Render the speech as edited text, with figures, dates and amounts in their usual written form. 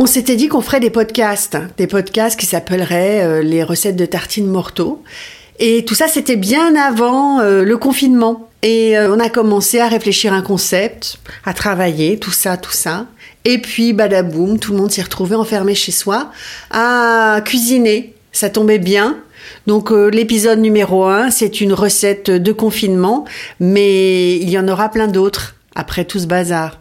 On s'était dit qu'on ferait des podcasts qui s'appelleraient les recettes de tartines Morteau. Et tout ça, c'était bien avant le confinement. Et on a commencé à réfléchir à un concept, à travailler, tout ça. Et puis, badaboum, tout le monde s'est retrouvé enfermé chez soi à cuisiner. Ça tombait bien. Donc, l'épisode numéro 1, c'est une recette de confinement, mais il y en aura plein d'autres après tout ce bazar.